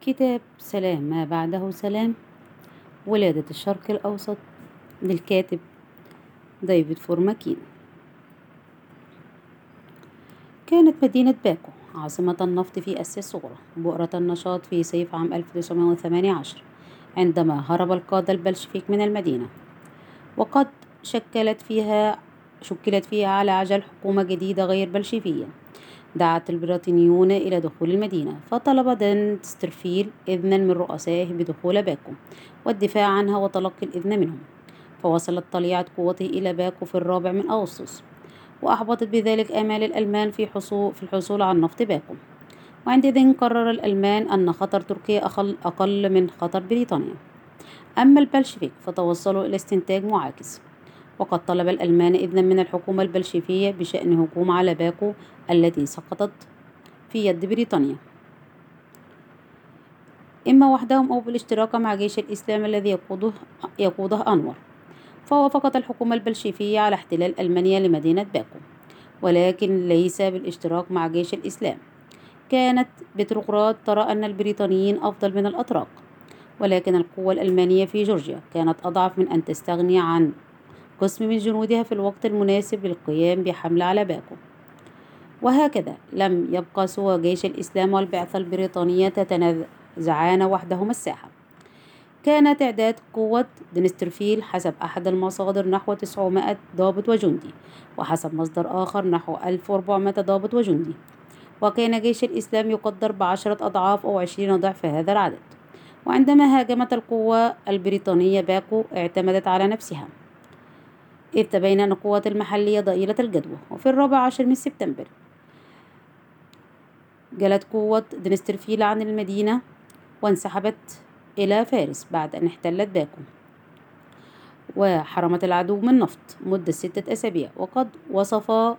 كتاب سلام ما بعده سلام، ولادة الشرق الأوسط، للكاتب ديفيد فورماكين. كانت مدينة باكو عاصمة النفط في آسيا الصغرى، بؤرة النشاط في صيف عام 1918 عندما هرب القادة البلشفيك من المدينة، وقد شكلت فيها على عجل حكومة جديدة غير بلشفية. دعت البريطانيون إلى دخول المدينة، فطلب دانسترفيل إذنا من رؤسائه بدخول باكو والدفاع عنها وتلقي الإذن منهم. فوصلت طليعة قوته إلى باكو في 4 أغسطس، وأحبطت بذلك آمال الألمان في الحصول على نفط باكو. وعندئذ قرر الألمان أن خطر تركيا أقل من خطر بريطانيا. أما البلشفيك فتوصلوا إلى استنتاج معاكس، وقد طلب الألمان إذنا من الحكومة البلشفية بشأن هجوم على باكو التي سقطت في يد بريطانيا، إما وحدهم أو بالاشتراك مع جيش الإسلام الذي يقوده أنور. فوافقت الحكومة البلشفية على احتلال ألمانيا لمدينة باكو، ولكن ليس بالاشتراك مع جيش الإسلام. كانت بتروغراد ترى أن البريطانيين أفضل من الأتراك، ولكن القوة الألمانية في جورجيا كانت أضعف من أن تستغني عن قسم من جنودها في الوقت المناسب للقيام بحملة على باكو. وهكذا لم يبقى سوى جيش الإسلام والبعثة البريطانية تتنازعان وحدهما الساحة. كان تعداد قوة دنسترفيل حسب أحد المصادر نحو 900 ضابط وجندي، وحسب مصدر آخر نحو 1400 ضابط وجندي. وكان جيش الإسلام يقدر ب10 أضعاف أو 20 ضعف هذا العدد. وعندما هاجمت القوة البريطانية باكو اعتمدت على نفسها، إذ تبين أن القوات المحلية ضئيلة الجدوى. وفي 14 من سبتمبر جلت قوة دنسترفيل عن المدينة وانسحبت إلى فارس بعد أن احتلت باكو، وحرمت العدو من نفط مدة 6 أسابيع. وقد وصف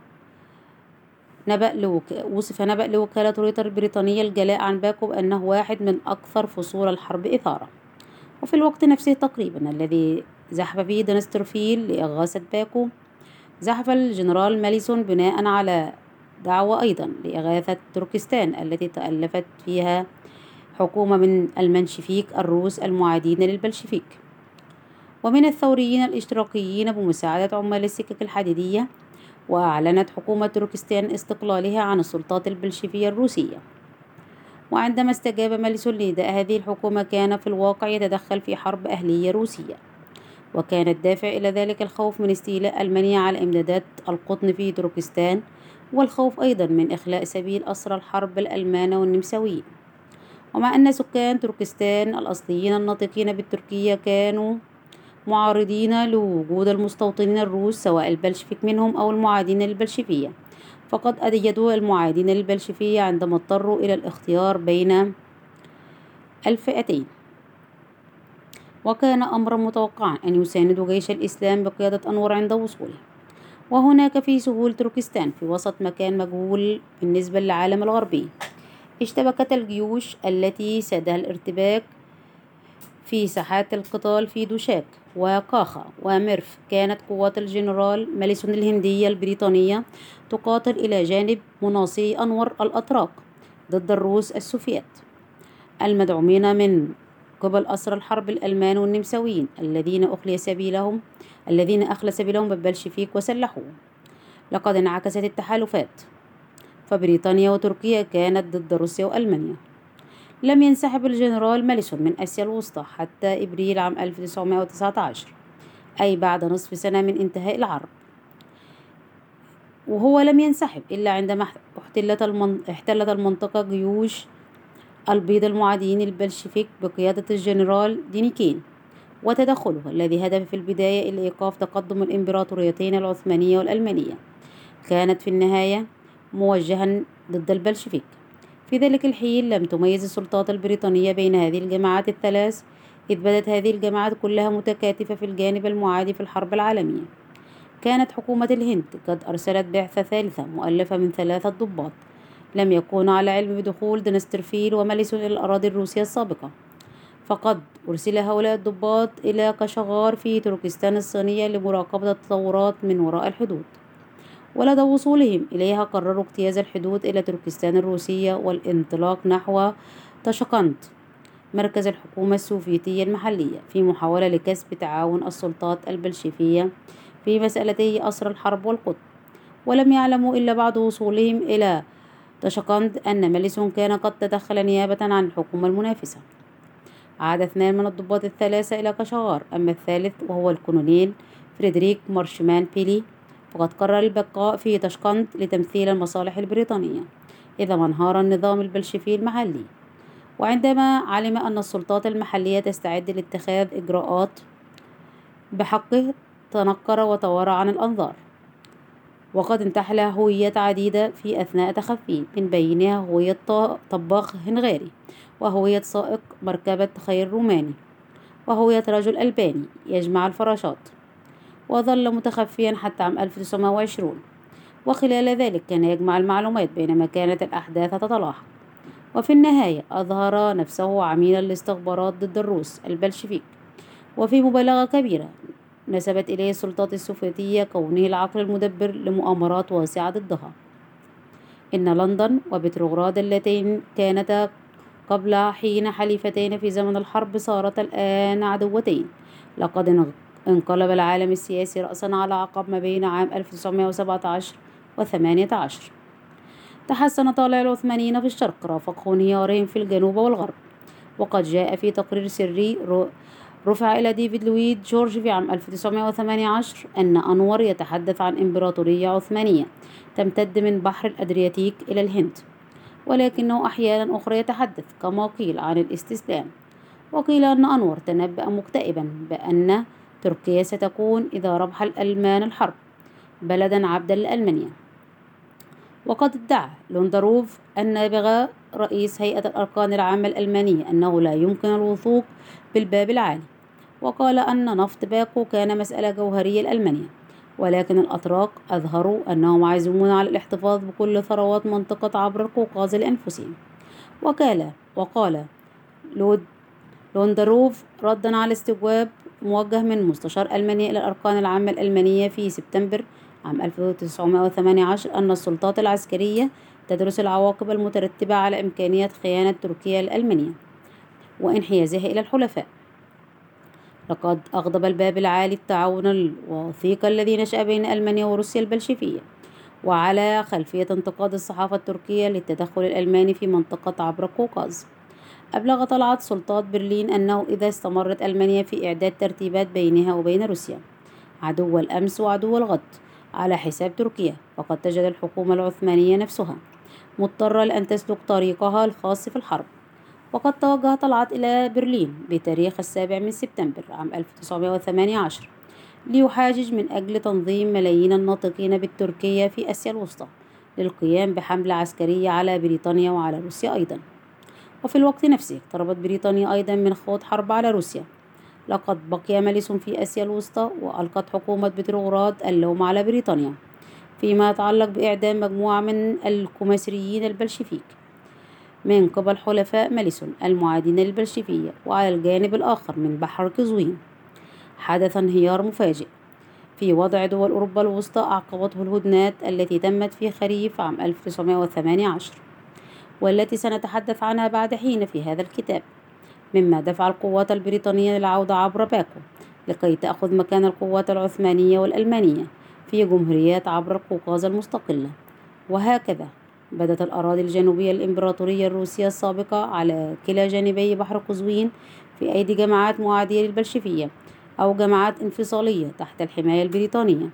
نبأ لوكالة رويتر البريطانية الجلاء عن باكو بأنه واحد من أكثر فصول الحرب إثارة. وفي الوقت نفسه تقريبا الذي زحف فيه دنسترفيل لإغاثة باكو، زحف الجنرال ماليسون بناء على دعوة أيضا لإغاثة تركستان التي تألفت فيها حكومة من المنشفيك الروس المعادين للبلشفيك ومن الثوريين الاشتراكيين بمساعدة عمال السكك الحديدية. وأعلنت حكومة تركستان استقلالها عن السلطات البلشفية الروسية. وعندما استجاب ماليسون لنداء هذه الحكومة كان في الواقع يتدخل في حرب أهلية روسية، وكان الدافع إلى ذلك الخوف من استيلاء ألمانيا على إمدادات القطن في تركستان، والخوف أيضا من إخلاء سبيل أسرى الحرب الألمان والنمساويين. ومع أن سكان تركستان الأصليين الناطقين بالتركية كانوا معارضين لوجود المستوطنين الروس سواء البلشفيك منهم أو المعادين للبلشفية، فقد أيدوا المعادين للبلشفية عندما اضطروا إلى الاختيار بين الفئتين. وكان أمرا متوقعا أن يساندوا جيش الإسلام بقيادة أنور عند وصوله. وهناك في سهول تركستان في وسط مكان مجهول بالنسبة للعالم الغربي اشتبكت الجيوش التي سادها الارتباك في ساحات القتال في دوشاك وكاخا وميرف. كانت قوات الجنرال ماليسون الهندية البريطانية تقاتل إلى جانب مناصري أنور الأتراك ضد الروس السوفيات المدعومين من قبل أسرى الحرب الألمان والنمساويين الذين أخلى سبيلهم بالبلشفيك وسلحوه. لقد انعكست التحالفات، فبريطانيا وتركيا كانت ضد روسيا وألمانيا. لم ينسحب الجنرال ماليسون من آسيا الوسطى حتى إبريل عام 1919، أي بعد نصف سنة من انتهاء الحرب. وهو لم ينسحب إلا عندما احتلت المنطقة جيوش البيض المعادين البلشفيك بقيادة الجنرال دينيكين، وتدخله الذي هدف في البداية إلى إيقاف تقدم الإمبراطوريتين العثمانية والألمانية كانت في النهاية موجها ضد البلشفيك. في ذلك الحين لم تميز السلطات البريطانية بين هذه الجماعات الثلاث، إذ بدت هذه الجماعات كلها متكاتفة في الجانب المعادي في الحرب العالمية. كانت حكومة الهند قد أرسلت بعثة ثالثة مؤلفة من 3 ضباط لم يكونوا على علم بدخول دنسترفيل وماليسون إلى الأراضي الروسية السابقة، فقد أرسل هؤلاء الضباط إلى كاشغار في تركستان الصينية لمراقبة التطورات من وراء الحدود. ولدى وصولهم إليها قرروا اجتياز الحدود إلى تركستان الروسية والانطلاق نحو طشقند مركز الحكومة السوفيتية المحلية في محاولة لكسب تعاون السلطات البلشفية في مسألتي أسر الحرب والقطب. ولم يعلموا إلا بعد وصولهم إلى طشقند أن ميلسون كان قد تدخل نيابة عن الحكومة المنافسة. عاد 2 من الضباط الثلاثة إلى كشغار، أما الثالث وهو الكولونيل فريدريك مارشمان بيلي فقد قرر البقاء في طشقند لتمثيل المصالح البريطانية إذا ما انهار النظام البلشفي المحلي. وعندما علم أن السلطات المحلية تستعد لاتخاذ إجراءات بحقه تنكر وتوارى عن الأنظار، وقد انتحل هويات عديدة في أثناء تخفيه، من بينها هوية طباخ هنغاري، وهوية سائق مركبة خيل روماني، وهوية رجل ألباني يجمع الفراشات، وظل متخفيا حتى عام 1920. وخلال ذلك كان يجمع المعلومات بينما كانت الأحداث تتلاحق. وفي النهاية أظهر نفسه عميلا للاستخبارات ضد الروس البلشفيك، وفي مبالغة كبيرة نسبت إليه السلطات السوفيتية كونه العقل المدبر لمؤامرات واسعة ضدها. إن لندن وبتروغراد اللتين كانتا قبل حين حليفتين في زمن الحرب صارتا الآن عدوتين. لقد انقلب العالم السياسي رأسا على عقب ما بين عام 1917 و18. تحسن طالع العثمانيين في الشرق رافقه انهيارهم في الجنوب والغرب. وقد جاء في تقرير سري رفع إلى ديفيد لويد جورج في عام 1918 أن أنور يتحدث عن إمبراطورية عثمانية تمتد من بحر الأدرياتيك إلى الهند، ولكنه أحيانا أخرى يتحدث كما قيل عن الاستسلام. وقيل أن أنور تنبأ مكتئبا بأن تركيا ستكون إذا ربح الألمان الحرب بلدا عبدا لألمانيا. وقد ادعى لوندروف النابغة رئيس هيئة الأركان العامة الألمانية أنه لا يمكن الوثوق بالباب العالي، وقال أن نفط باكو كان مسألة جوهرية لألمانيا، ولكن الأتراك أظهروا أنهم عازمون على الاحتفاظ بكل ثروات منطقة عبر القوقاز لأنفسهم. وقال لوندروف ردا على استجواب موجه من مستشار ألمانيا إلى الأركان العامة الألمانية في سبتمبر عام 1918 أن السلطات العسكرية تدرس العواقب المترتبة على إمكانية خيانة تركيا لألمانيا وانحيازها إلى الحلفاء. لقد أغضب الباب العالي التعاون الوثيق الذي نشأ بين ألمانيا وروسيا البلشفية، وعلى خلفية انتقاد الصحافة التركية للتدخل الألماني في منطقة عبر القوقاز. أبلغ طلعت سلطات برلين أنه إذا استمرت ألمانيا في إعداد ترتيبات بينها وبين روسيا عدو الأمس وعدو الغد على حساب تركيا، فقد تجد الحكومة العثمانية نفسها مضطرة لأن تسلك طريقها الخاص في الحرب. وقد توجه طلعت إلى برلين بتاريخ 7 سبتمبر عام 1918 ليحاجج من أجل تنظيم ملايين الناطقين بالتركية في آسيا الوسطى للقيام بحملة عسكرية على بريطانيا وعلى روسيا أيضا. وفي الوقت نفسه اقتربت بريطانيا أيضا من خوض حرب على روسيا. لقد بقي ميلسون في آسيا الوسطى، وألقت حكومة بتروغراد اللوم على بريطانيا فيما يتعلق بإعدام مجموعة من الكوميساريين البلشفيك من قبل حلفاء ميلسون المعادين للبلشفية. وعلى الجانب الآخر من بحر قزوين حدث انهيار مفاجئ في وضع دول أوروبا الوسطى أعقبته الهدنات التي تمت في خريف عام 1918 والتي سنتحدث عنها بعد حين في هذا الكتاب، مما دفع القوات البريطانية للعودة عبر باكو لكي تأخذ مكان القوات العثمانية والألمانية في جمهوريات عبر القوقاز المستقلة. وهكذا بدت الأراضي الجنوبية الإمبراطورية الروسية السابقة على كلا جانبي بحر قزوين في أيدي جماعات معادية للبلشفية أو جماعات انفصالية تحت الحماية البريطانية.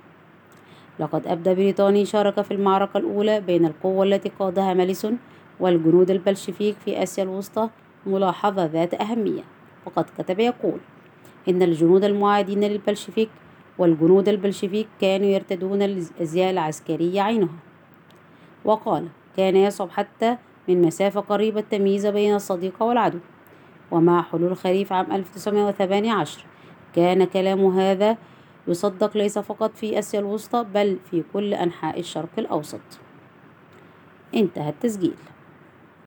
لقد أبدى بريطاني شارك في المعركة الأولى بين القوة التي قادها ميلسون والجنود البلشفيك في آسيا الوسطى ملاحظة ذات أهمية، وقد كتب يقول إن الجنود المعادين للبلشفيك والجنود البلشفيك كانوا يرتدون الأزياء العسكرية عينها. وقال كان يصعب حتى من مسافة قريبة التمييز بين الصديق والعدو. ومع حلول خريف عام 1918 كان كلام هذا يصدق ليس فقط في آسيا الوسطى بل في كل أنحاء الشرق الأوسط. انتهى التسجيل.